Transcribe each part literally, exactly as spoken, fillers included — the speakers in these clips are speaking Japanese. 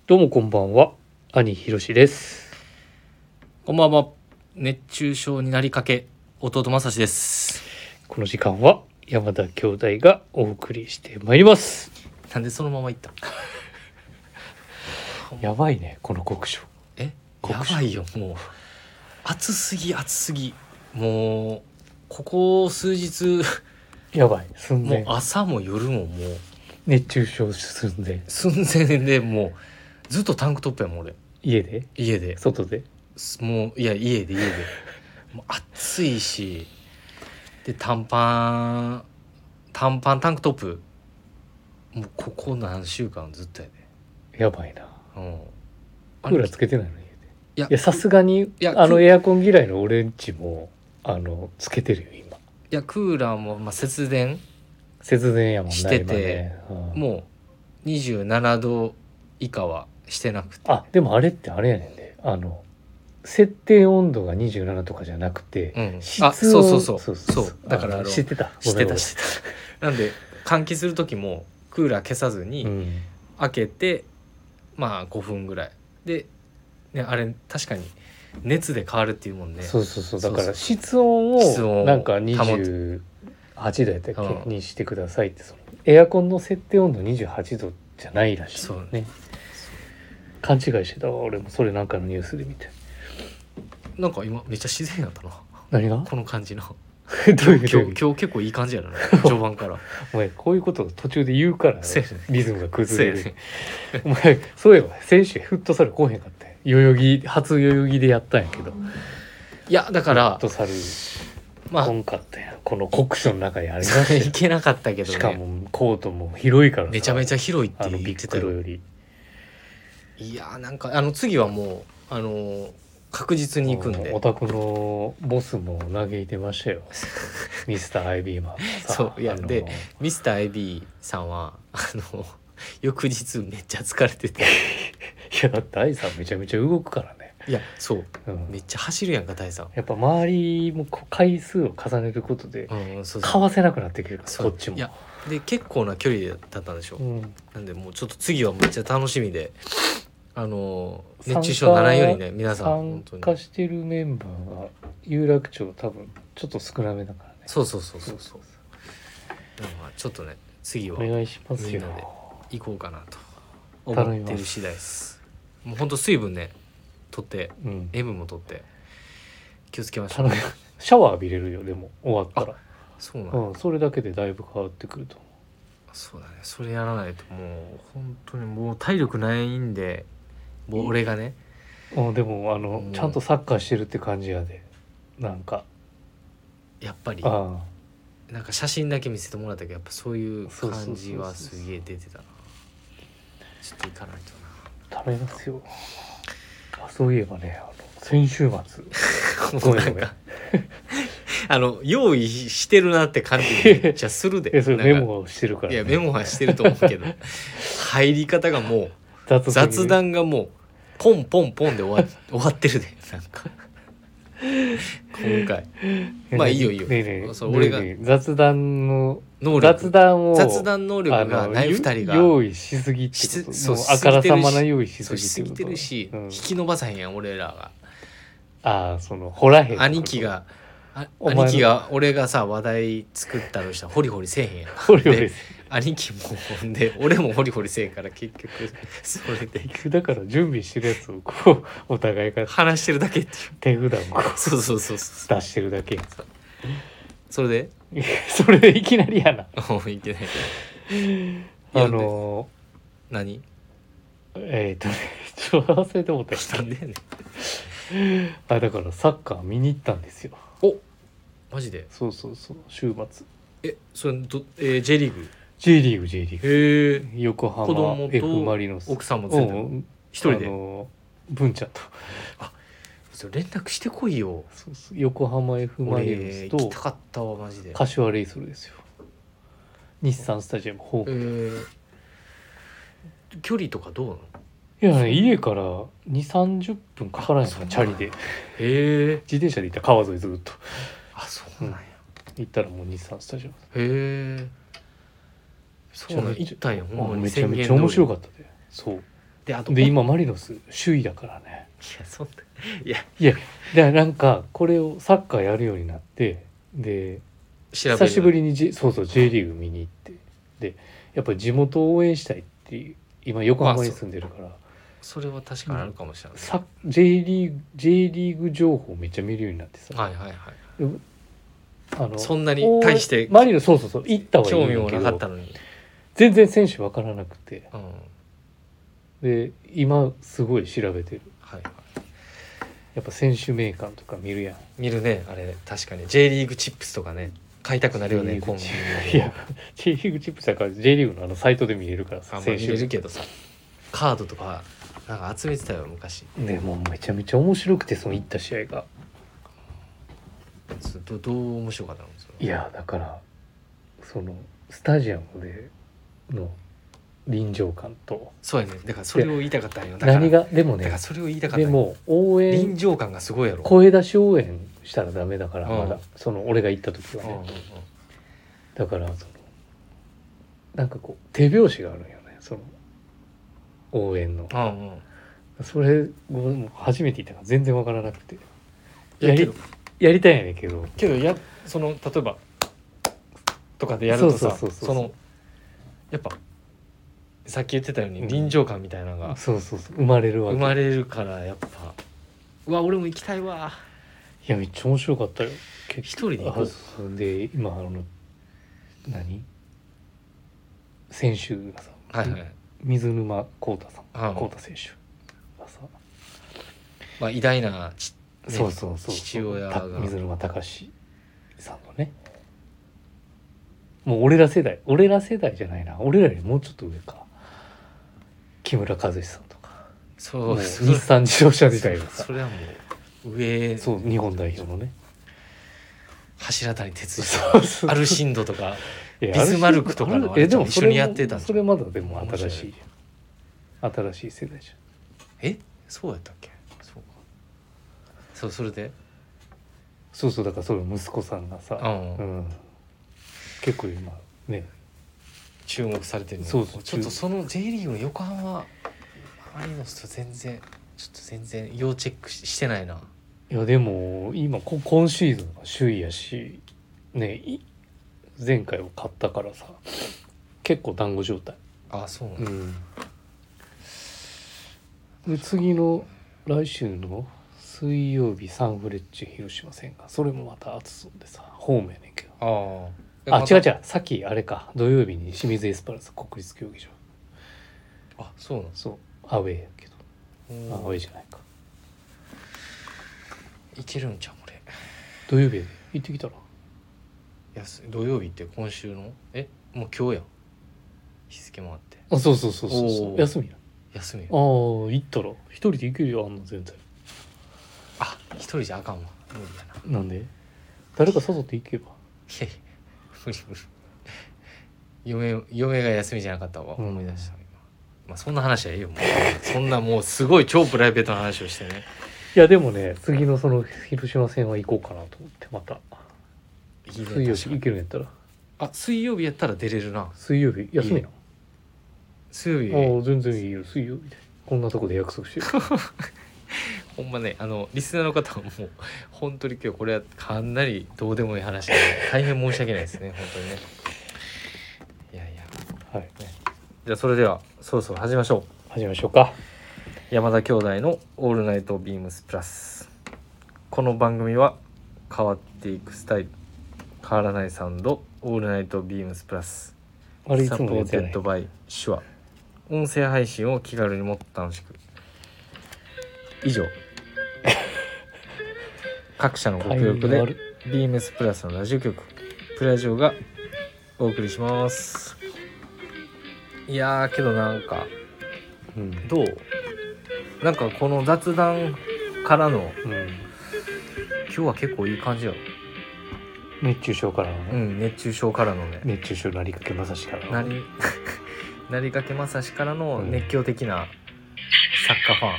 どうもこんばんは、兄ひろしです。 こんばんは。熱中症になりかけ弟まさしです。 この時間は山田兄弟がお送りしてまいります。 なんでそのまま行ったやばいね、この酷暑。 え酷暑やばいよ、もう暑すぎ暑すぎ。もうここ数日やばい、寸もう前。 朝も夜ももう熱中症寸前。 寸前で、もうずっとタンクトップやもん俺。 家で家で外でもういや家で家でもう暑いし、で短パン短パンタンクトップ、もうここ何週間ずっとやで。 やばいな。 うんクーラーつけてないの家で。 いやいやさすがにいやあのエアコン嫌いの俺んちもあのつけてるよ今。 いやクーラーもまあ節電節電やもんなしてて、 今ね、うん、 もうにじゅうななど以下はしてなくて。 あでもあれってあれやねんで、あの設定温度がにじゅうななとかじゃなくて、 うん、 室温あそうそうそうそうそうだからあの知ってた知ってた知ってたなんで換気する時もクーラー消さずに、 うん、 開けてまあごふんぐらいで、ね、あれ確かに熱で変わるっていうもんね。 そうそうそう、だかそうそうら室温を室温をなんかにじゅうはちどやったっけ、 うんにしてくださいって、そのエアコンの設定温度にじゅうはちどじゃないらしいそうね。勘違いしてたわ俺も、それなんかのニュースで見て。 なんか今めっちゃ自然やったな何がこの感じのどういうどういう今日今日結構いい感じやな序盤からお前こういうことを途中で言うからせやねリズムが崩れる、 せやねお前そういえば先週フットサル来おへんかったよ。代々木初代々木でやったんやけど、 いやだからフットサルまあ来んかったやん。この酷暑の中にありましたよいけなかったけどね。 しかもコートも広いからさ、 めちゃめちゃ広いってあのビッ言ってたよ。 クロより。 いやーなんかあの次はもうあのー確実に行くんで。 お宅のボスも嘆いてましたよミスターアイビーマンさ。 そういやあのでミスター アイビー さんはあの翌日めっちゃ疲れてていやだってアイさんめちゃめちゃ動くからね、 いやそううんめっちゃ走るやんか大さん。 やっぱ周りもこう回数を重ねることでうんそうかそうわせなくなってくるから、 そうこっちも。 いやで結構な距離だったんでしょ、 うんなんでもうちょっと次はめっちゃ楽しみで、あのー熱中症ならんようにね皆さん本当に。 参加してるメンバーが有楽町多分ちょっと少なめだからね。 そうそうそうそうそう。でもまあちょっとね次はお願いしますよみんなで行こうかなと思ってる次第です。もうほんと水分ね取って、 うん、 塩分も取って気をつけましょう。 頼むシャワー浴びれるよでも終わったら。 そうなんだ、 うん、それだけでだいぶ変わってくると思そうだね。それやらないともう本当にもう体力ないんで、もう俺がね、 う。うん、でもあの、 うんちゃんとサッカーしてるって感じやで。なんかやっぱりあなんか写真だけ見せてもらったけどやっぱそういうそうそうそうそう感じはすげえ出てたな。ちょっと行かないとな。 あ食べますよ。あそういえばね、あの先週末ごもうめんごめんなんかあの用意してるなって感じめっちゃするで。 えそれなんかメモをしてるから、ね、 いやメモはしてると思うけど入り方がもう雑すぎる雑談がもうポンポンポンで終わ終わってるでなんか今回まあいいよいいよねえねえそう俺がねえねえ雑談の能力雑談を雑談能力がないふたりが用意しすぎってこと。 しそうもうあからさまな用意しそうしすぎすぎってこと。 てるし、 うん引き伸ばさへんやん俺らが。 ああその掘らへんってこと。 兄貴があお前の兄貴が俺がさ話題作ったのしたらホリホリせえへんやん。 掘り掘りで兄貴もほんで俺もホリホリせえへんから結局それで結局だから準備してるやつをこうお互いが話してるだけっていう。 手札をこうそうそうそうそう。 出してるだけ。 それでいやそれでいきなりやな。 もういけない。 あの何えっ、ー、とねちょっと忘れてもったなんでやねん。 あだからサッカー見に行ったんですよ。 おマジでそうそうそう週末。 えそれど、えー、J リーグ J リーグ J リーグへえ横浜子供 F とマリノス奥さんも連れてうん一人であの文ちゃんとそれ連絡してこいよ。 そうそう横浜 F マリノ俺スと行きたかったわマジで。 柏レイソルですよ。日産スタジアムホえーム。 ー、距離とかどうなの。 いやね家からにじゅうさんじゅっぷんかからないのかチャリで。 へえ自転車で行ったら川沿いずっとあそうなんや、 行ったらもう日産スタジアム。 へえそうなん行ったんやほんまにあめちゃめちゃ宣言通り面白かったで。そうであとで今マリノス首位だからね。 いやそんないやいやだからなんかこれをサッカーやるようになってで調べる久しぶりに、J、そうそう J リーグ見に行ってでやっぱり地元を応援したいっていう今横浜に住んでるから、 それは確かにあるかもしれない、 さ J リーグ J リーグ情報めっちゃ見るようになってさ、 はいはいはいであのそんなに対してマリノスそうそうそう行ったはいい興味もんだけどなかったのに、 全然選手分からなくてうん、 で今すごい調べてる。 はいはい、 やっぱ選手名鑑とか見るやん。 見るねあれ確かに J リーグチップスとかね買いたくなるよね J リーグコンビチニいや J リーグチップスだから J リーグのあのサイトで見れるからさあ、まあ、 選手見れるけどさカードとかなんか集めてたよ昔。 でもうめちゃめちゃ面白くてその行った試合がどどう面白かったのそれ。 いやだからそのスタジアムでの臨場感とそうやねだからそれを言いたかったんよ。だから何がでもねだからそれを言いたかったんよ。 でも応臨援場感がすごいやろ。 声出し応援したらダメだからうんまだその俺が行った時はうんうんうんねだからそのなんかこう手拍子があるんよねその応援のうんうんそれもう初めて行ったから全然わからなくてやりいやけどやりたいんやけどけどやその例えばとかでやるとさそうそうそうそうそのやっぱさっき言ってたように臨場感みたいなのがそうそうそう生まれるわけ生まれるからやっぱうわ俺も行きたいわ。 いやめっちゃ面白かったよ一人で行こうあそうで今あの何選手がさ、 はいはい、 水沼宏太さんうん宏太選手がさ、 まあ、偉大なち、ね、 そうそうそう父親がた水沼隆さんのねもう俺ら世代俺ら世代じゃないな俺らよりもうちょっと上か木村和志さんとかもうそうそ日産自動車時代のさそれはもう上そう日本代表のね柱谷哲司そうそうアルシンドとかいやビスマルクとかのあれえでも一緒にやってたんじゃんそれまだでも新しいじゃん新しい世代じえそうやったっけそうかそうそれでゃんそうそうだからそれ息子さんがさ、 うんうん、結構今ね注目されてるのそうそうちょっとその J リーグの横浜マリノスと全然ちょっと全然要チェックし、してないないやでも今こ今シーズンは首位やしねい前回を勝ったからさ結構団子状態、 あそうなんだ、 うん、で次の来週の水曜日サンフレッチェ広島戦がそれもまた暑そうでさホームやねんけどああ違う違うさっきあれか土曜日に清水エスパルス国立競技場あそうなんですそうアウェーやけどあアウェーいじゃないかけるんちゃう俺土曜日で行ってきたらやす土曜日って今週のえもう今日やん日付もあってあそうそうそうそうそうおー休みや休みやああ行ったら一人で行けるよあんな全然あ一人じゃあかんわ無理やななんで誰か誘って行けばいやいや無理無理嫁嫁が休みじゃなかったわ、 うん思い出した今まあそんな話はいいよもうそんなもうすごい超プライベートな話をしてねいやでもね次のその広島戦は行こうかなと思ってまたいいね水曜日行確かにけるんやったらあ水曜日やったら出れるな水曜日休みな水曜日ああ全然いいよ水曜日でこんなとこで約束してるほんまねあのリスナーの方はもう本当に今日これはかなりどうでもいい話で大変申し訳ないですね本当にねいやいやはいじゃあそれではそろそろ始めましょう始めましょうか山田兄弟のオールナイトビームスプラス。この番組は変わっていくスタイル変わらないサウンドオールナイトビームスプラスあれいつサポーものやつやないテッドバイ手話音声配信を気軽にもっと楽しく以上各社のご協力でビームスプラスのラジオ局プラジオがお送りします。いやーけどなんかうんどうなんかこの雑談からのうん今日は結構いい感じよ、 熱中症からのね、 うん、熱中症からのね熱中症なりかけまさしからのなりなりかけまさしからの熱狂的なサッカーファ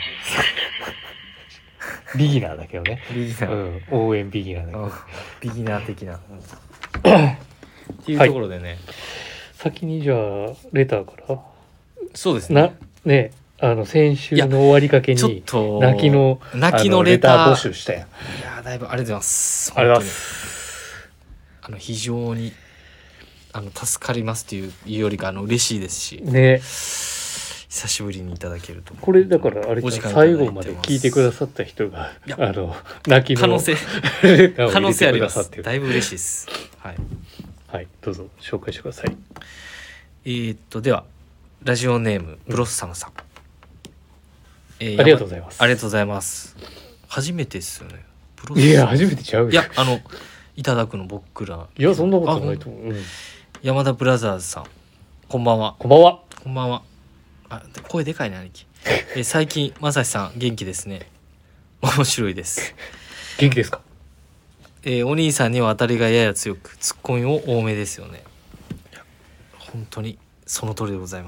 ン、 ビギナーだけどね、 ビギナー、 うん、応援ビギナーだけどうんビギナー的なっていうところでね、 先にじゃあレターからそうですねなねあの先週の終わりかけちょっにと泣きの泣きのレターあ募集したやん。 いやーだいぶありがとうございますありがとうございま本す。 当にあの非常にあの助かりますっていういうよりかあの嬉しいですしね、 久しぶりにいただけるとこれだからあれお時間いただ最いてます後まで聞いてくださった人がいやあの泣きの可能性レターを可能性あり入れてくますださってる。 だいぶ嬉しいですはいはい、どうぞ紹介してください。 えー、っとではラジオネームブロッサムさん、えーありがとうございます。 ありがとうございます初めてですよねブロッサムいや初めてちゃうよ。 いやあのいただくの僕らいやそんなことないと思う。うん、 山田ブラザーズさんこんばんはこんばんは。 こんばんはあ声でかいね兄貴えー最近まさしさん元気ですね面白いです、 元気ですか。 えーお兄さんには当たりがやや強くツッコミも多めですよねいや本当にその通りでございます、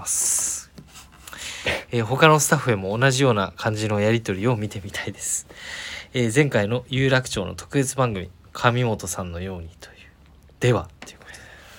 えー他のスタッフへも同じような感じのやり取りを見てみたいです、えー前回の有楽町の特別番組上本さんのようにというではということ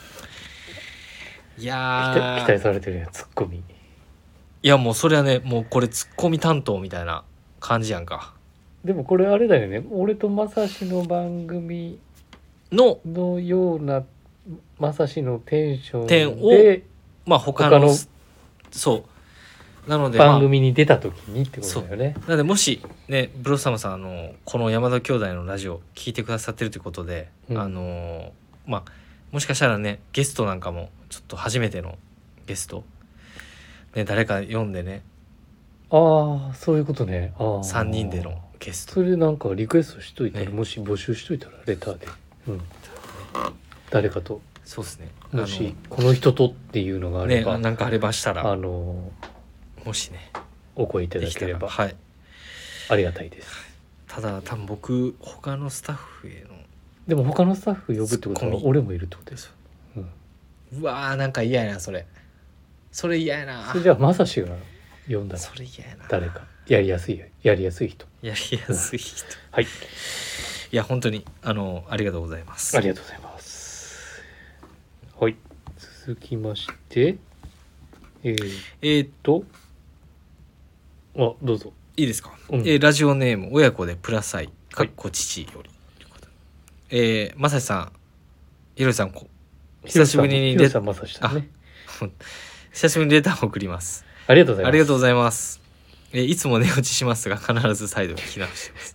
でいや期ー待期待されてるやんツッコミ。 いやもうそれはねもうこれツッコミ担当みたいな感じやんかでもこれあれだよね。俺とまさしの番組ののようなまさしのテンション点をでまあ他の他のそうなので、まあ、 番組に出た時にってことだよね。 なのでもしねブロッサムさんあのこの山田兄弟のラジオ聞いてくださってるということで、 うんあのまあもしかしたらねゲストなんかもちょっと初めてのゲスト、ね、誰か読んでねああそういうことね。ああさんにんでのゲストそれなんかリクエストしといたら、 ねもし募集しといたらレターで、うん、誰かとそうですねもしこの人とっていうのがあのねあれば、 なんかあればしたらあのもしねお声いたできただければらはいありがたいです。 ただ多分僕他のスタッフへのでも他のスタッフ呼ぶってことはツッコミ俺もいるってことですよ。うん、 うわーなんか嫌やなそれそれ嫌やなそれじゃあまさしが呼んだらそれ嫌やな誰かやりやすいやりやすい人。 やりやすい人はい、 いや本当にあのありがとうございますありがとうございます。はい、続きましてえー、っえー、 とあどうぞ。 いいですか、 うんえーラジオネーム親子でプラサイかっこ父より、ということでえー、まさしさんひろしさんこ久しぶりにレひろしさんまさしさんね。 久しぶりにレターを送りますありがとうございます。 ありがとうございます、えーいつも寝落ちしますが必ず再度聞き直してます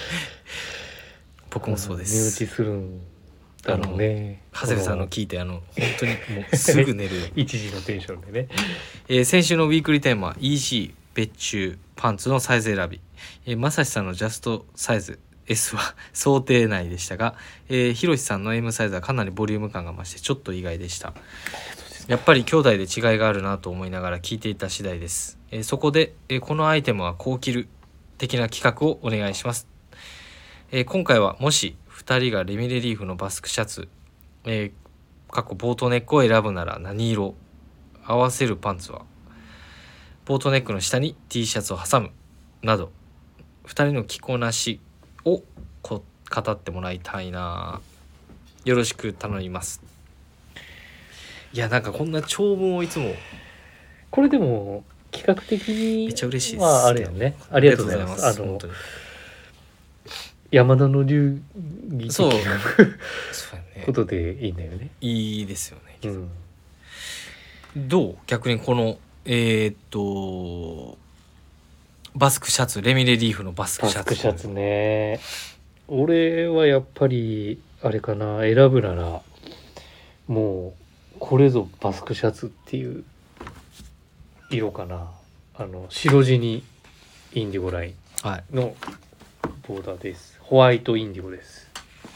僕もそうで寝す落ちするんだろうね。 長谷部さんのこ聞いてあの本当にもうすぐ寝る一時のテンションでね。 えー先週のウィークリーテーマ イージー 別注パンツのサイズ選び、えー、まさしさんのジャストサイズ エス は想定内でしたが、えー、ひろしさんの エム サイズはかなりボリューム感が増してちょっと意外でした。やっぱり兄弟で違いがあるなと思いながら聞いていた次第です、えーそこで、えーこのアイテムはこう着る的な企画をお願いします、えー今回はもしふたりがレミレリーフのバスクシャツ、えー、過去ボートネックを選ぶなら何色、合わせるパンツはボートネックの下に T シャツを挟むなどふたりの着こなしをこ語ってもらいたいな。よろしく頼みます。いやなんかこんな長文をいつもこれでも企画的にめっちゃ嬉しいです。 まああれよね。ありがとうございます。あの本当に山田の流儀的そうなそうやね。 ことでいいんだよね。 いいですよね。 うん、 どう逆にこのえー、っとバスクシャツレミレリーフのバスクバシャツスクシャツね。俺はやっぱりあれかな、選ぶならもうこれぞバスクシャツっていう色かな。あの白地にインディゴライはいンのボーダーです。ホワイトインディゴです。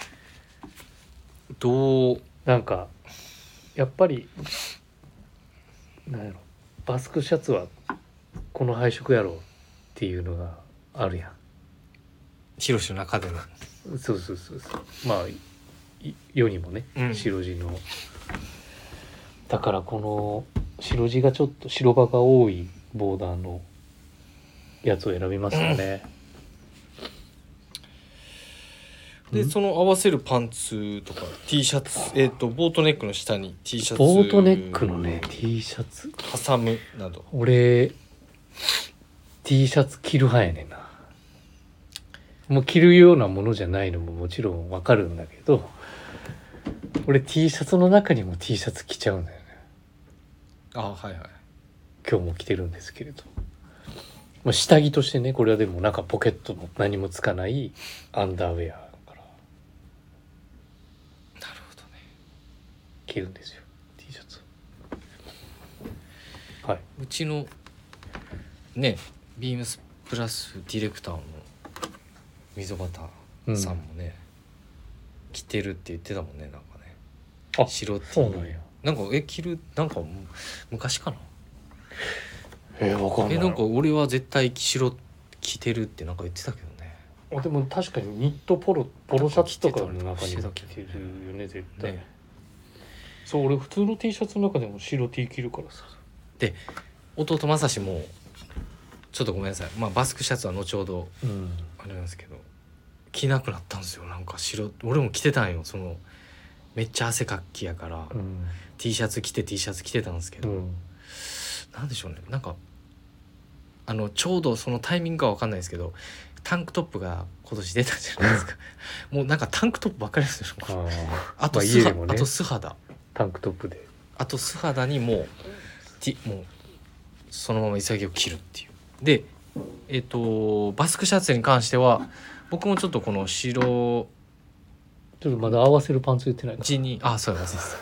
どうなんかやっぱりなんやろ、バスクシャツはこの配色やろうっていうのがあるやヒロシの中でのん。そうそうそうそう。まあい世にもね、 うん白地のだからこの白地がちょっと白場が多いボーダーのやつを選びますよね。 でんその合わせるパンツとか T シャツえー、っとボートネックの下に T シャツボートネックのね T シャツ挟むなど俺 T シャツ着る派やねんな。もう着るようなものじゃないのももちろんわかるんだけど、俺 T シャツの中にも T シャツ着ちゃうんだよね。 あはいはい。 今日も着てるんですけれど、まあ、下着としてね、これはでもなんかポケットも何もつかないアンダーウェアだからなるほどね。 着るんですよ T シャツ。はい。 うちのねビームスプラスディレクターの溝端さんもね、うん、着てるって言ってたもんね。なんかね、 あ白 T そうなんや。 なんかえ着るなんか昔かな。 えー、わかんない。 えなんか俺は絶対白着てるってなんか言ってたけどね。 あでも確かにニットポロポロシャツとかの中にも着てるよね絶対ね。そう俺普通の T シャツの中でも白 T 着るからさ。 で弟正志もちょっとごめんなさい、まあ、バスクシャツは後ほどあれなんですけど、うん、着なくなったんですよ。なんか白俺も着てたんよ。そのめっちゃ汗かきやから、うん、T シャツ着て T シャツ着てたんですけど、うん、なんでしょうね、なんかあのちょうどそのタイミングかわかんないですけどタンクトップが今年出たじゃないですかもうなんかタンクトップばっかりですよ。あと素肌、まあね、あと素肌タンクトップであと素肌にもうもうそのまま潔く着るっていう。でえっとバスクシャツに関しては僕もちょっとこの白ちょっとまだ合わせるパンツ言ってないか地にあそうです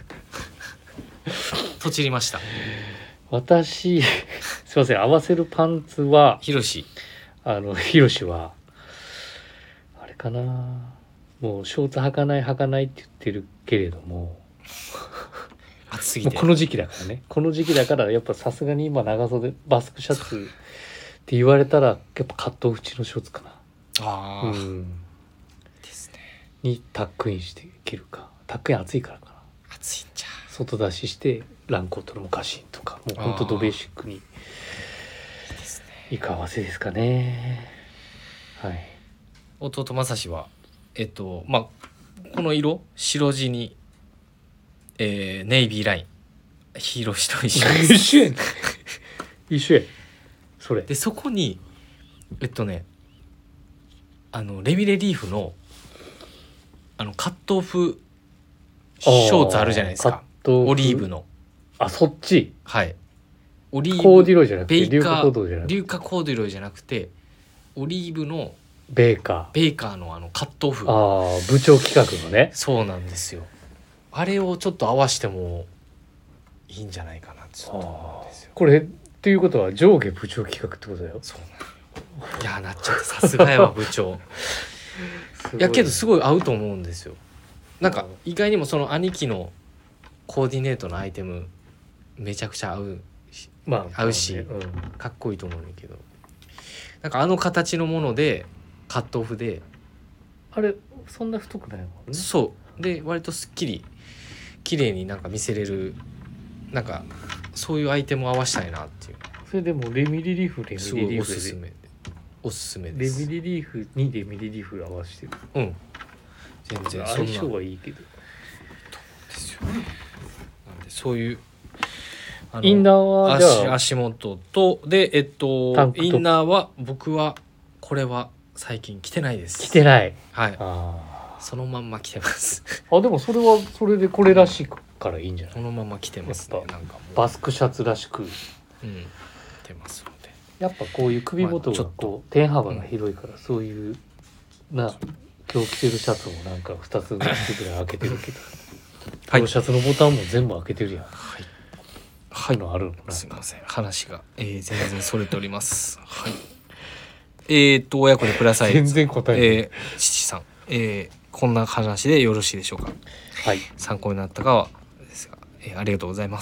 とちりました。 私すいません、合わせるパンツはヒロシあのヒロシはあれかな、もうショーツ履かない履かないって言ってるけれども暑すぎてこの時期だからねこの時期だからやっぱさすがに今長袖バスクシャツって言われたらやっぱカットオフ地のショーツかな。 ああ、うん、ですね。 にタックインして着るか。タックイン暑いからかな。 暑いんじゃ外出ししてランコートのモカシンとかもうほんとドベーシックにいか合わせですかね。はい。 弟正志はえっとまあこの色白地に、えー、ネイビーラインヒーローシと一緒です一緒やん一緒やそれでそこにえっとねあのレミレリーフのあのカットオフショーツあるじゃないですか。オリーブのあそっちはいオリーブコーディロイじゃなくてベイカー硫化コードじゃなくて硫化コーディロイじゃなくてオリーブのベーカーベーカーのあのカットオフああ部長企画のね。 そうなんですよ。あれをちょっと合わせてもいいんじゃないかなってちょっと思うんですよ。 これっていうことは上下部長企画ってことだよ。 そうなんいやなっちゃってさすがやわ部長いやけどすごい合うと思うんですよ。なんか意外にもその兄貴のコーディネートのアイテムめちゃくちゃ合うし、まあ、合うし、うん、かっこいいと思うんだけどなんかあの形のものでカットオフであれそんな太くないもんね。 そうで割とすっきり綺麗になんか見せれるなんかそういうアイテムを合わせたいなっていう。 それでもレミリリーフレミリリーフおすすめおすすめです。 レミリリーフにレミリリーフ合わせてる。 うん全然相性はいいけどですよね。なんでそういうあのインナーはじゃあ足, 足元とでえっとインナーは僕はこれは最近着てないです。 着てない。 はいあそのまんま着てますあでもそれはそれでこれらしいからいいんじゃない。 そのまま着てますね。なんかもうバスクシャツらしく、うん、 着てますのでやっぱこういう首元がこう点幅が広いから、そういうな今日着てるシャツもなんかふたつみっつぐらい開けてるけどこのシャツのボタンも全部開けてるやん。はい、はい、のあるの。 すみません話が、えー、全然それておりますはいえーと親子にプラサイズ全然答えない、 えー、父さん、えー、こんな話でよろしいでしょうか。 はい参考になったかはですが、えー、ありがとうございます。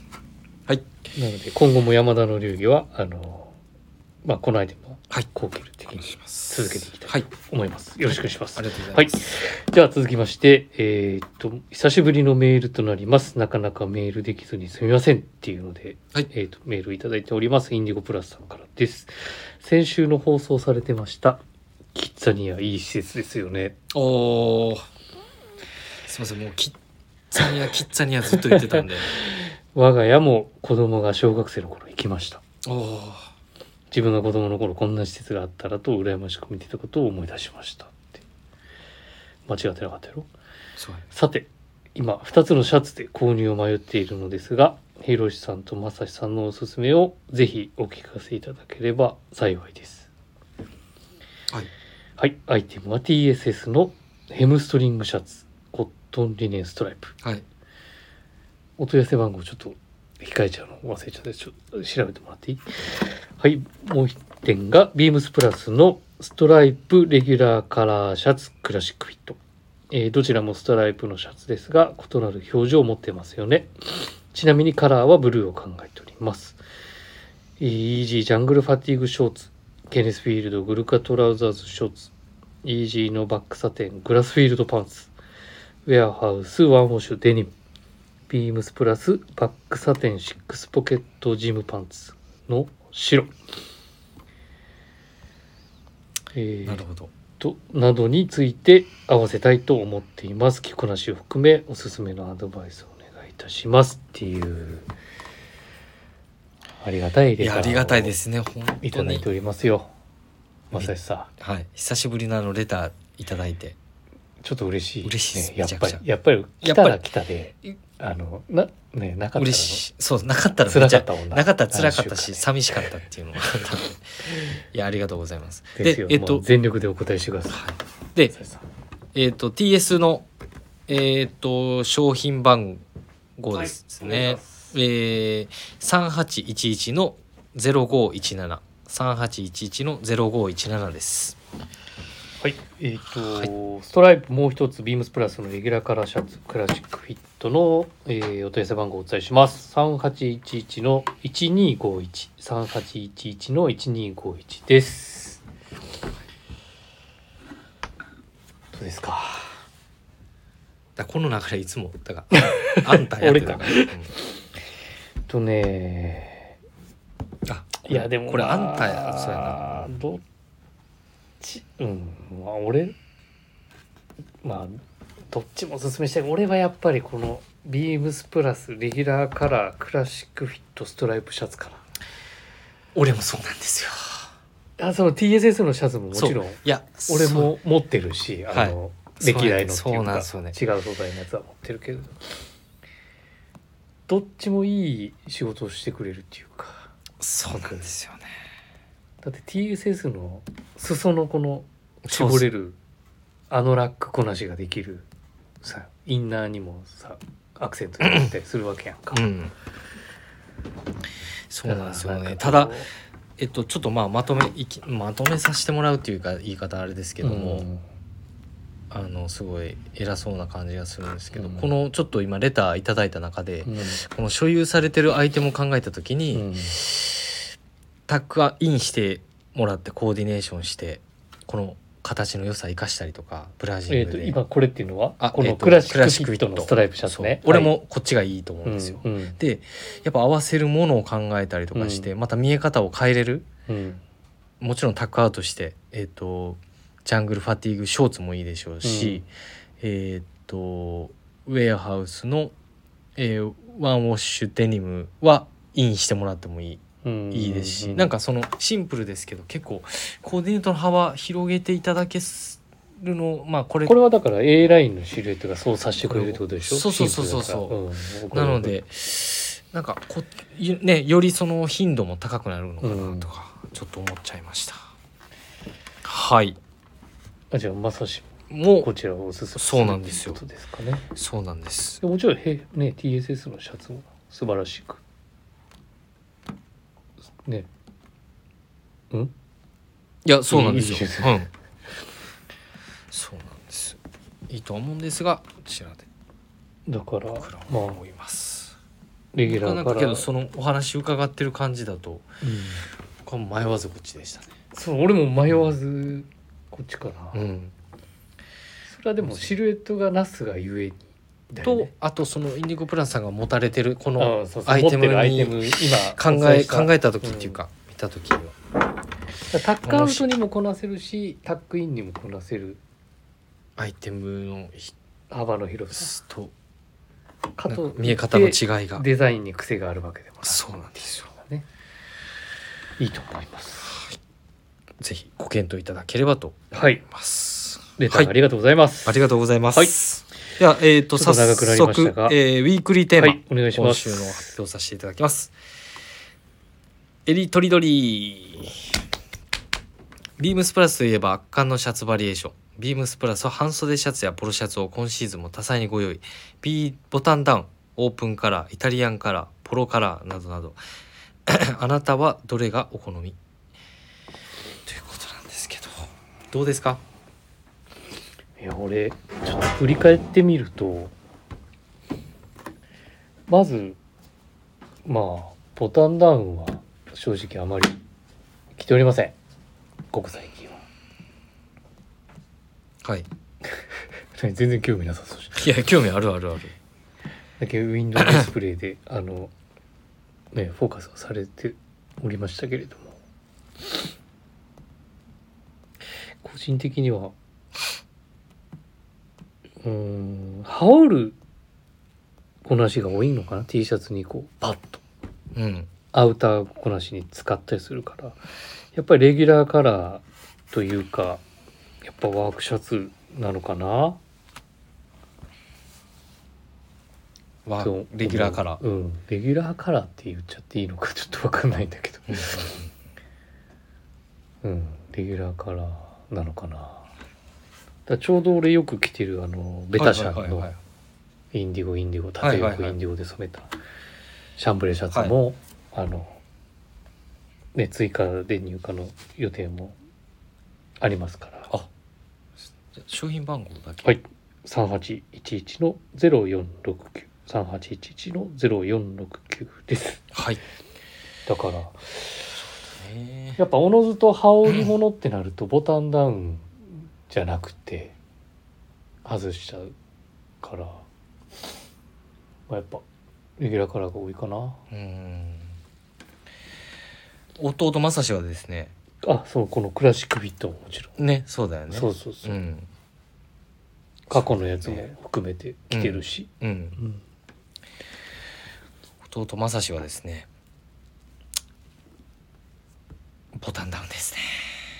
はいなので今後も山田の流儀はあのまあこのアイテムは後継的に続けていきたいと思います、はい、よろしくお願いします、 はい、ありがとうございます、 はい、じゃあ続きましてえー、っと久しぶりのメールとなります。なかなかメールできずにすみませんっていうので、はいえー、っとメールいただいております。インディゴプラスさんからです。先週の放送されてましたキッザニアいい施設ですよね。 おーすいませんもうキッザニアキッザニアずっと言ってたんで我が家も子供が小学生の頃行きました。 お自分が子供の頃こんな施設があったらと羨ましく見てたことを思い出しましたって。間違ってなかったやろ。 そうやね。 さて今ふたつのシャツで購入を迷っているのですが、ひろしさんとまさしさんのおすすめをぜひお聞かせいただければ幸いです。 はい。 はい、アイテムは ティーエスエス のヘムストリングシャツコットンリネンストライプ。 はい。 お問い合わせ番号ちょっと控えちゃうの忘れちゃって、ちょっと調べてもらっていい？はい、もう一点がビームスプラスのストライプレギュラーカラーシャツクラシックフィット。えーどちらもストライプのシャツですが異なる表情を持ってますよね。ちなみにカラーはブルーを考えております。イージージャングルファティーグショーツ、ケネスフィールドグルカトラウザーズショーツ、イージーのバックサテングラスフィールドパンツ、ウェアハウスワンウォッシュデニム、ビームスプラスバックサテンシックスポケットジムパンツの白、えー、 なるほど。 となどについて合わせたいと思っています。着こなしを含めおすすめのアドバイスをお願いいたしますっていうありがたいレターをいやありがたいですね。本当にいただいておりますよ。まさしさん、 はい。久しぶりのあのレターいただいて。 ちょっと嬉しい、ね、 嬉しいですやっぱりめちゃくちゃやっぱり来たら来たでいあのなねなかったら嬉しい。そうなかったらめ辛っちゃかったもんな。 なかったら辛かったし何週間寂しかったっていうのがあったんでいやありがとうございますですよ。 でえっともう全力でお答えしてください。 はいでまさしさんえっと ティーエス のえっと商品番号ですね、えー、さんはちいちいちのゼロごいちなな さんはちいちいちのゼロごいちななです。 はい、えっ、と、 はストライプもう一つビームスプラスのレギュラーカラーシャツクラシックフィットの、えーお問い合わせ番号をお伝えします。さんはちいちいちのいちにごいち さんはちいちいちのいちにごいちです。どうですか。 だこの流れいつもだからあんたやってたから、うんとね、 あいやでもこれあんたやまあそうやなどっち、うんまあ俺まあどっちもおすすめしたい。俺はやっぱりこのビームスプラスレギュラーカラークラシックフィットストライプシャツかな。 俺もそうなんですよ。 あ、その ティーエスエス のシャツももちろんいや俺も持ってるし、あの、 はい歴代のっていそううかなんですよね違う素材のやつは持ってるけれど、どっちもいい仕事をしてくれるっていうか。 そうなんですよね。 だって ティーエスエス の裾のこの絞れるあのラックこなしができるさ、インナーにもさアクセントになったりするわけやんか。 うんそうなんですよだからなんかね。ただえっとちょっとまあまとめいきまとめさせてもらうっていうか言い方あれですけども、 うんあのすごい偉そうな感じがするんですけど、 うんこのちょっと今レターいただいた中で、 うんこの所有されてるアイテムを考えた時に、 うんタッグインしてもらってコーディネーションしてこの形の良さ生かしたりとかブラジえー、とルで、 今これっていうのはあえーとこのクラシッククラシックフィットのストライプシャツね。 そう俺もこっちがいいと思うんですよ。 うんうんでやっぱ合わせるものを考えたりとかして、また見え方を変えれる。 うんもちろんタックアウトしてえっ、とジャングルファティーグショーツもいいでしょうし、えっ、とウェアハウスの、えーワンウォッシュデニムはインしてもらってもいいうんいいですし、 うんなんかそのシンプルですけど結構コーディネートの幅広げていただけるのまあこれこれはだから A ラインのシルエットがそうさせてくれるってことでしょ。 そうそうそうそうそうシンプルだからうんなのでなんかこねよりその頻度も高くなるのかなとかちょっと思っちゃいました、はいあ、じゃあまさしもうこちらをおすすめそうなんですよということですかね。 そうなんです。 でもちろんへね ティーエスエス のシャツも素晴らしくね。うんいやそうなんですよいいですうんそうなんですいいと思うんですがこちらでだから僕らはまあ思います。 レギュラなんかーからけどそのお話伺ってる感じだとうんこれ迷わずこっちでしたね。 そう俺も迷わずこっちかな、 うんそれはでもシルエットがナスがゆえにだよとね。 あとそのインディゴプラスさんが持たれてるこあのあそうそうアイテム持ってるアイテにム今考えお伝した考えた時っていうか、見た時にはうんタックアウトにもこなせるしタックインにもこなせるアイテムの幅の広さ質とかとなんか見え方の違いがデザインに癖があるわけでもないそうなんですよね。 いいと思います。 ぜひご検討いただければとはい思います。 レターありがとうございます、 ありがとうございます。 はい、 では、えー、とちょっと長くなりましたが早速、えーウィークリーテーマ、 はいお願いします。 今週の発表させていただきます。エリトリドリビームスプラスといえば圧巻のシャツバリエーション。ビームスプラスは半袖シャツやポロシャツを今シーズンも多彩にご用意。 B ボタンダウン、オープンカラー、イタリアンカラー、ポロカラーなどなどあなたはどれがお好みということなんですけど、どうですか？ いや俺ちょっと振り返ってみると、まずまあボタンダウンは正直あまり着ておりません、ここ最近は。 はい全然興味なさそうじゃん。 いや興味あるあるある。 だけどウィンドウディスプレイであのねフォーカスがされておりましたけれども、個人的にはうーん羽織るこなしが多いのかな。 T シャツにこうパッとうんアウターこなしに使ったりするから、やっぱりレギュラーカラーというかやっぱワークシャツなのかな。 はそうレギュラーカラー、 うんレギュラーカラーって言っちゃっていいのかちょっと分かんないんだけどうんレギュラーカラーなのかな。だからちょうど俺よく着てるあのベタシャンのはいはいはいはいインディゴインディゴ縦はいはいはい横インディゴで染めたシャンブレーシャツも、あのね追加で入荷の予定もありますから。 あじゃ商品番号だけ。 はいさんはちいちいちのゼロよんろくきゅう さんはちいちいちのゼロよんろくきゅうですはい。 だからねやっぱおのずと羽織り物ってなるとボタンダウンじゃなくて外しちゃうから、まあ、やっぱレギュラーカラーが多いかな。 うん弟正志はですね、 あそうこのクラシックフィットももちろん、 ねそうだよね。 そうそうそう、 うん過去のやつも含めて着てるし、 うんうん弟正志はですねボタンダウンですね。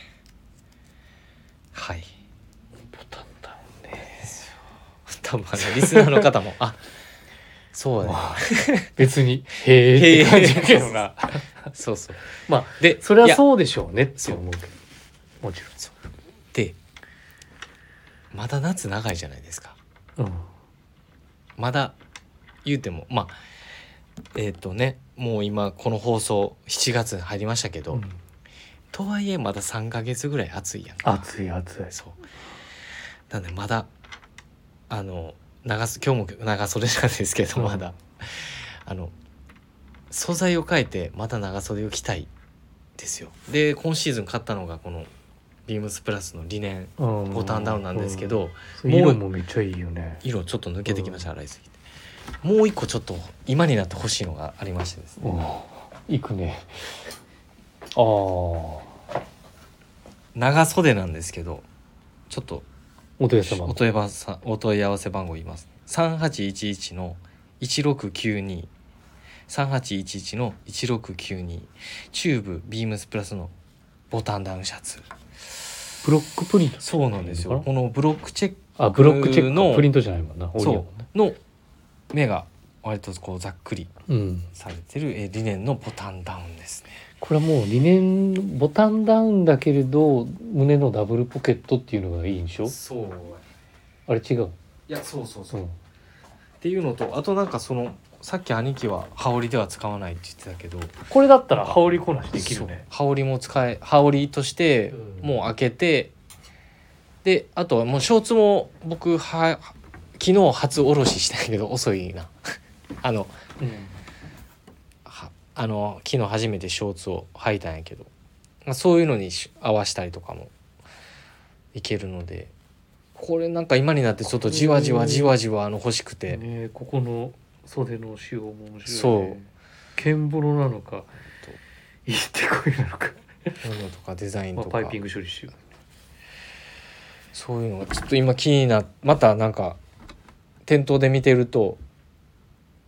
はいボタンダウンね多分あのリスナーの方もあそうだね、 まあ別にへえって感じだけどなそうそうまあでそれはいやそうでしょうねって思うけど、もちでまだ夏長いじゃないですか。 ろん、うん、 まだ言うてもまあえっ、とねもう今この放送しちがつに入りましたけど、 うん、 とはいえまださんかげつぐらい暑いやんか。 暑い暑い。 そうなんでまだあの長す今日も長袖なんですけど、 うんまだあの素材を変えてまた長袖を着たいですよ。で今シーズン買ったのがこのビームスプラスのリネンボボタンダウンなんですけど、 うん、色もめっちゃいいよね。 色ちょっと抜けてきました、洗いすぎて。もう一個ちょっと今になって欲しいのがありましてですね、 うん、いくね。ああ長袖なんですけどちょっとお問い合わせ番号お問い合わせお問い合わせ番号言います。さんはちいちいちのいちろくきゅうに さんはちいちいちのいちろくきゅうにチューブビームスプラスのボタンダウンシャツ。 ブロックプリント。 そうなんですよ。このブロックチェックあブロックチェックのプリントじゃないもんな。 そうの目が割とこうざっくりうん、 されてる、えリネンのボタンダウンですね。 これはもうリネンボタンダウンだけれど胸のダブルポケットっていうのがいいんでしょ。 そうあれ違う。 いやそうそうそう、 うん、 っていうのとあとなんかそのさっき兄貴は羽織では使わないって言ってたけどこれだったら羽織りこなしできるね。 羽織も使え羽織としてうんもう開けて、であとはもうショーツも僕は昨日初おろししたんやけど遅いなあのうんはあの昨日初めてショーツを履いたんやけど、まあ、そういうのにし合わしたりとかもいけるので、これなんか今になってちょっとじわじわじわじわあの欲しくて、 ね、ここの袖の仕様も面白い、ね、 そう剣物なのかいいってこいなのかそういうのとかデザインまあ、 とか、 パイピング処理しよう。 そういうのがちょっと今気になまたなんか店頭で見てると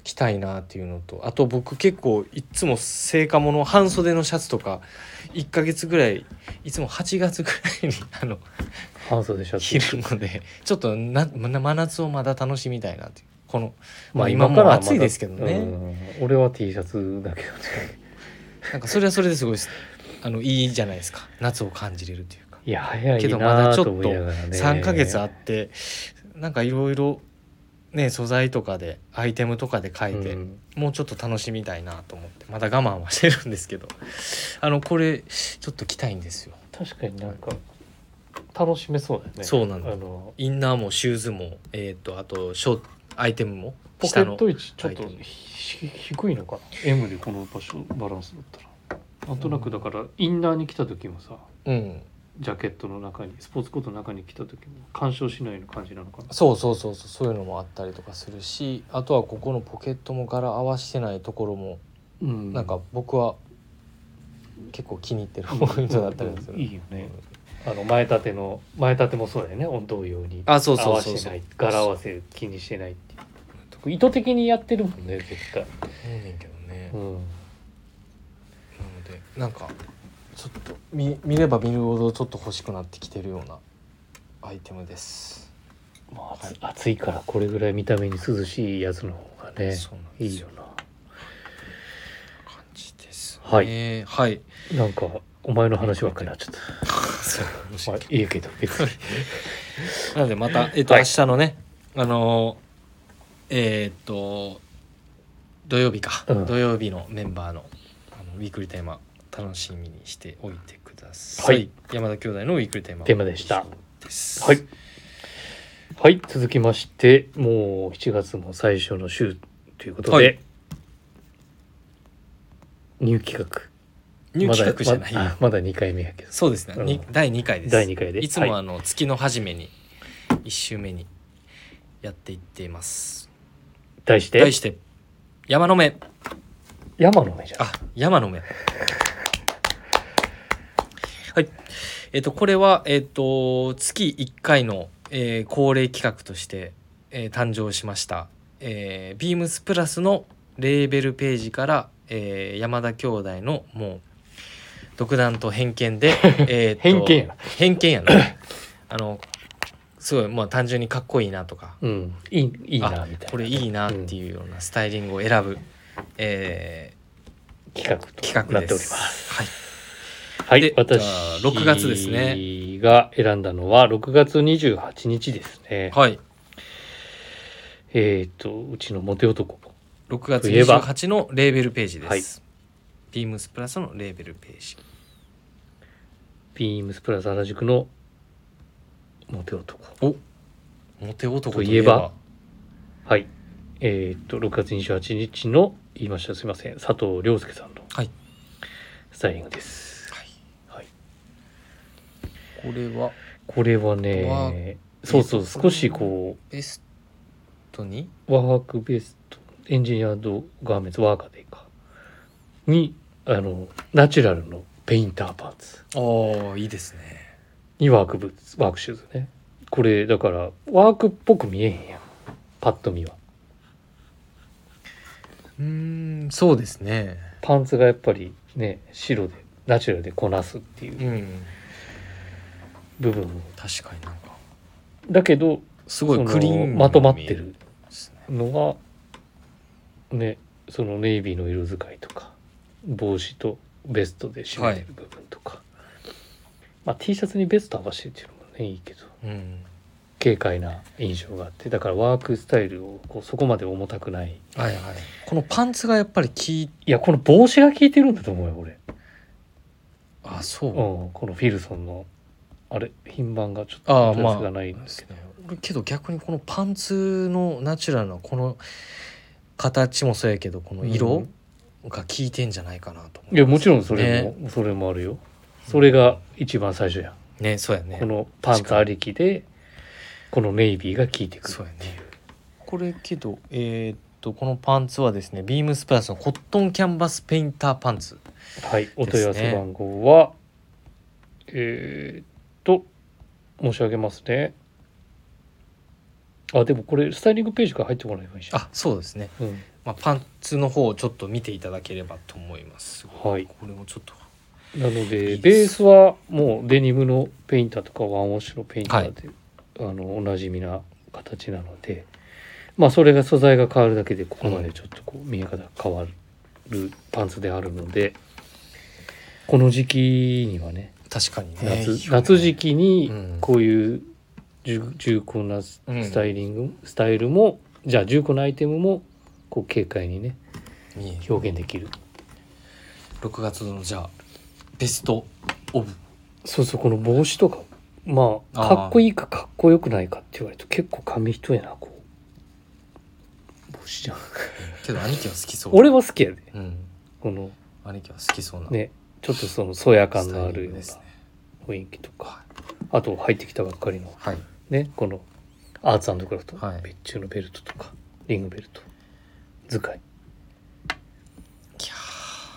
着たいなっていうのと、あと僕結構いつも成果物半袖のシャツとかいっかげつぐらいいつもはちがつぐらいにあの半袖シャツ着るのでちょっとな真夏をまだ楽しみたいなっていうこのままああ今今からはまだも暑いですけどね、 うん俺は T シャツだけどねなんかそれはそれですごいあのいいじゃないですか、夏を感じれるというか。 いや早けどいなまだちょっとと思いながらねさんかげつあってなんかいろいろね素材とかでアイテムとかで書いて、 うんもうちょっと楽しみたいなと思ってまだ我慢はしてるんですけど、あのこれちょっと着たいんですよ。 確かになんか楽しめそうだよね。 そうなんだあのインナーもシューズもえっ、とあとショーアイテムもポケ下のット位置ちょっとアイテムひ低いのかな M でこの場所バランスだったらなんとなくだからインナーに来た時もさうんジャケットの中にスポーツコートの中に来た時も干渉しないような感じなのかな。 そうそうそうそうそういうのもあったりとかするし、あとはここのポケットも柄合わしてないところもうんなんか僕は結構気に入ってるポイントだったりする、 うんいいよね。あの前立ての前立てもそうだよね。同様にあそう合そうそうそうわせない柄合わせ気にしてないっていう意図的にやってるもんね絶対。 そうねんけどね、 うんなのでなんかちょっと 見, 見れば見るほどちょっと欲しくなってきてるようなアイテムです。 まあ、暑暑いからこれぐらい見た目に涼しいやつの方がねそうなんですよいいよな。 感じですね。 はいはい。 なんかお前の話ばっかりになっちゃっそう面た。 白いまあいいけど別に。 なのでまたえっと、 はい明日のねあのえーっと土曜日か、 うん土曜日のメンバーのあのウィークリーテーマ楽しみにしておいてください。 はい山田兄弟のウィークリーテーマテーマでした以上です。 はいはい続きましてもうしちがつも最初の週ということで、 はいニュー企画ニュー企画じゃないよ、 まだままだにかいめやけどそうですね、 うんにだいにかいです。 だいにかいでいつもはいあの月の初めにいっ週目にやっていっています。 題して題して山の目。 山の目じゃん。 あ山の目はいえっ、とこれはえっ、と月いっかいの、えー恒例企画として、えー誕生しました、えー、ビームスプラスのレーベルページから、えー山田兄弟のもう独断と偏見でえーと偏見やな偏見やなあのすごいまあ単純にかっこいいなとかうんいいいいなあみたいなこれいいなっていうようなスタイリングを選ぶ、えー企画と企画なっておりでますす。はいはいで私じゃあろくがつですねが選んだのはろくがつにじゅうはちにちですね。 はい、 えっ、とうちのモテ男ろくがつにじゅうはちのレーベルページです。 はいビームスプラスのレーベルページ。 ビームスプラス原宿のモテ男おモテ男といといえばえばはいえっ、とろくがつにじゅうはちにちの言いましたすいません佐藤亮介さんのはいスタイリングです。 はいはいこれはこれはねそうそう少しこベストにうワークベストエンジニアードガーメンツワーカーでいいかにあのナチュラルのペインターパンツああいいですね。 にワークブーツワークシューズね。これだからワークっぽく見えへんやんパッと見は。 うーんそうですね。 パンツがやっぱりね白でナチュラルでこなすっていううん部分確かになんかだけどすごいそのクリーンにまとまってるですね。 のがねそのネイビーの色使いとか帽子とベストで締めてる部分とか、まあ T シャツにベスト合わせてるっていうのもねいいけどうん軽快な印象があってだからワークスタイルをこうそこまで重たくない。 はいはい。このパンツがやっぱりきいやこの帽子が効いてるんだと思うよ俺。 あそう、 うん、このフィルソンのあれ品番がちょっとああアドレスがないんですけど、 俺けど逆にこのパンツのナチュラルなこの形もそうやけどこの色が効いてんじゃないかなと思いやもちろんそれねも、それもあるよ。それが一番最初やん。 ねそうやねこのパンツありきでこのネイビーが効いてくるそうやねこれけどえーっとこのパンツはですねビームスプラスのコットンキャンバスペインターパンツはいお問い合わせ番号は、えー、っと申し上げますね。あでもこれスタイリングページから入ってこないばいいじゃん。 あそうですねうん、 まあ、パンツの方をちょっと見ていただければと思います。 はい。 これもちょっとなのでいいですベースはもうデニムのペインターとかワンウォッシュのペインターで、あのおなじみな形なので、まあそれが素材が変わるだけでここまでちょっとこう見え方が変わるパンツであるので、この時期にはね、 確かにね夏いいよね夏時期にうんこういう重重厚なスタイリング、スタイルもじゃあ重厚なアイテムもこう軽快にねいい表現できる。 ろくがつのじゃあベストオブそうそう、この帽子とかまああーかっこいいかかっこよくないかって言われると結構紙一重なこう帽子じゃん。 けど兄貴は好きそう俺は好きやで、 うんこの兄貴は好きそうなねちょっとそのそや感スのあるようなタイリングですね雰囲気とか、あと入ってきたばっかりのはいねこのアーツ&クラフト、 はい別注のベルトとかリングベルト使い。 きゃー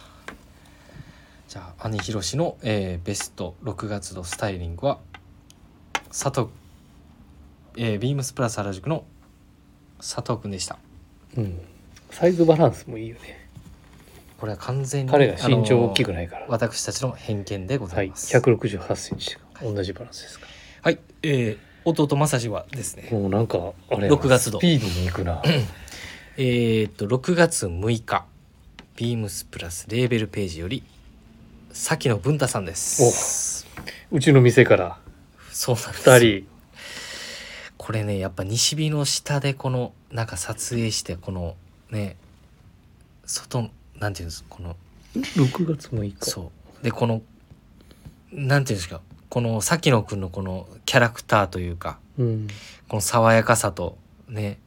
じゃあ兄ひろしの、えーベストろくがつのスタイリングは佐藤、えービームスプラス原宿の佐藤くんでした。 うん、サイズバランスもいいよね。 これは完全に彼が身長大きくいないから、 私たちの偏見でござはいい、 ます。 ひゃくろくじゅうはちセンチが同じバランスですかはい、えー弟正志はですねら、もうなんかあれやなろくがつ度スピーディーに行くな。 えーっとろくがつむいかビームスプラスレーベルページより崎野文太さんです。 うちの店からそうなんですふたり、 これねやっぱ西日の下でこのなんか撮影してこのね外なんていうんですこのろくがつむいか、 そうでこのなんていうんですかこの崎野くんのこのキャラクターというかう、ん、 この爽やかさとね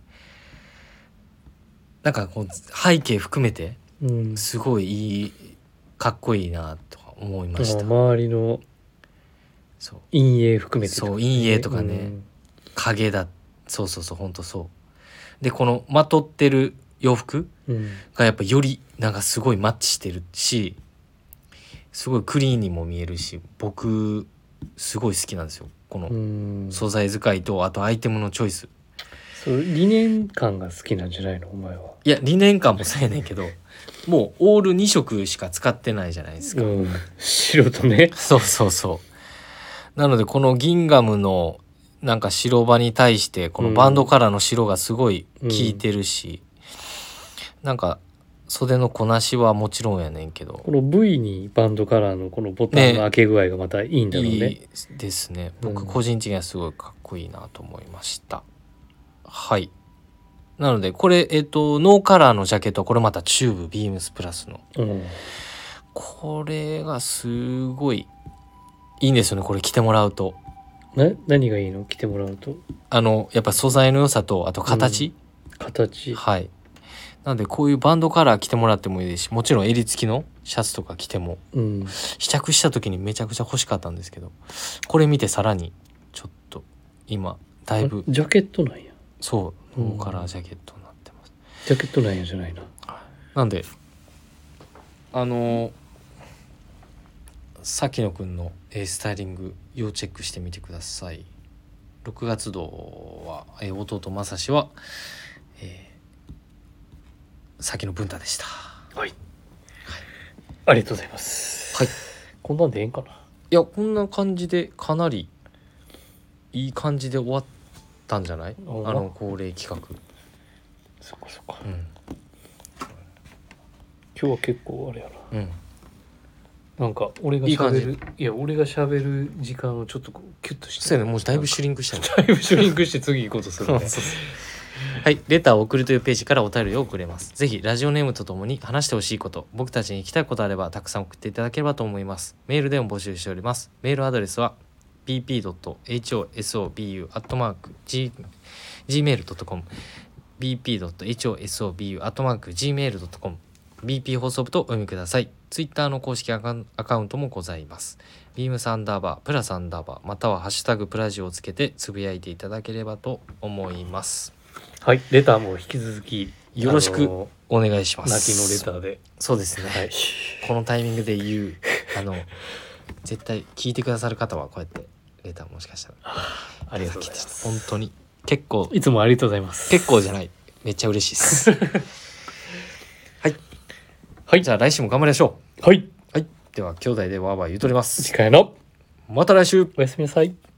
なんかこう背景含めてうん、 すごいいいかっこいいなとか思いました。 周りのそう陰影含めて、 そう陰影とかね影だそうそうそうほんとそうでこのまとってる洋服うん、うん、 がやっぱよりなんかすごいマッチしてるしすごいクリーンにも見えるし僕すごい好きなんですよこのうん、 素材使いとあとアイテムのチョイス。 そう理念感が好きなんじゃないのお前は。 いや理念感もそうやねんけどもうオールに色しか使ってないじゃないですか、 うん、白とね、 そうそうそうなのでこのギンガムのなんか白場に対してこのバンドカラーの白がすごい効いてるし、うん、なんか袖のこなしはもちろんやねんけどこの V にバンドカラーのこのボタンの開け具合がまたいいんだろうね。 いいですね僕個人的にはすごいかっこいいなと思いました、うん、はいなのでこれえっ、ー、とノーカラーのジャケットはこれまたチューブビームスプラスの、 うん、 これがすごいいいんですよねこれ着てもらうと。 な何がいいの着てもらうと。 あのやっぱ素材の良さとあと形、 うん、形はいなのでこういうバンドカラー着てもらってもいいですしもちろん襟付きのシャツとか着ても、 うん、 試着した時にめちゃくちゃ欲しかったんですけどこれ見てさらにちょっと今だいぶジャケットなんや。 そうノーカラージャケットになってます、 ジャケットなんやじゃないな。 なんであの崎野くんのスタイリング要チェックしてみてください。ろくがつ度は、えー、弟正志は、えー、崎野文太でした。 はい、はい、ありがとうございます。 はいこんなんでええんかな。 いやこんな感じでかなりいい感じで終わったんじゃない？あの恒例企画。 そっかそっか、 うん、 今日は結構あれやな、 うん、 なんか俺がいい感じ喋るいや俺が喋る時間をちょっとこうキュッとしてそうやねもうだいぶシュリンクしたねだいぶシュリンクして次行こうとするねそうそうはい、レターを送るというページからお便りを送れます。ぜひラジオネームとともに話してほしいこと、僕たちに聞きたいことあればたくさん送っていただければと思います。メールでも募集しております。メールアドレスは ピーピードットホソビュー アットマーク ジーメール ドットコム ビーピードットホソビュー アットマーク ジーメール ドットコム ビーピー 放送部とお読みください。ツイッターの公式アカウントもございます。ビームスアンダーバープラスアンダーバーまたはハッシュタグプラジオをつけてつぶやいていただければと思います。 はい、レターも引き続きよろしくお願いします。 泣きのレターで。 そうですね、 はい、 このタイミングで言うあの絶対聞いてくださる方はこうやってレターもしかしたらありがとうございます。 本当に結構いつもありがとうございます。 結構じゃないめっちゃ嬉しいですはいじゃあ来週も頑張りましょはい。 う。はい、では兄弟でわーわー言うとります。 次回のまた来週。 おやすみなさい。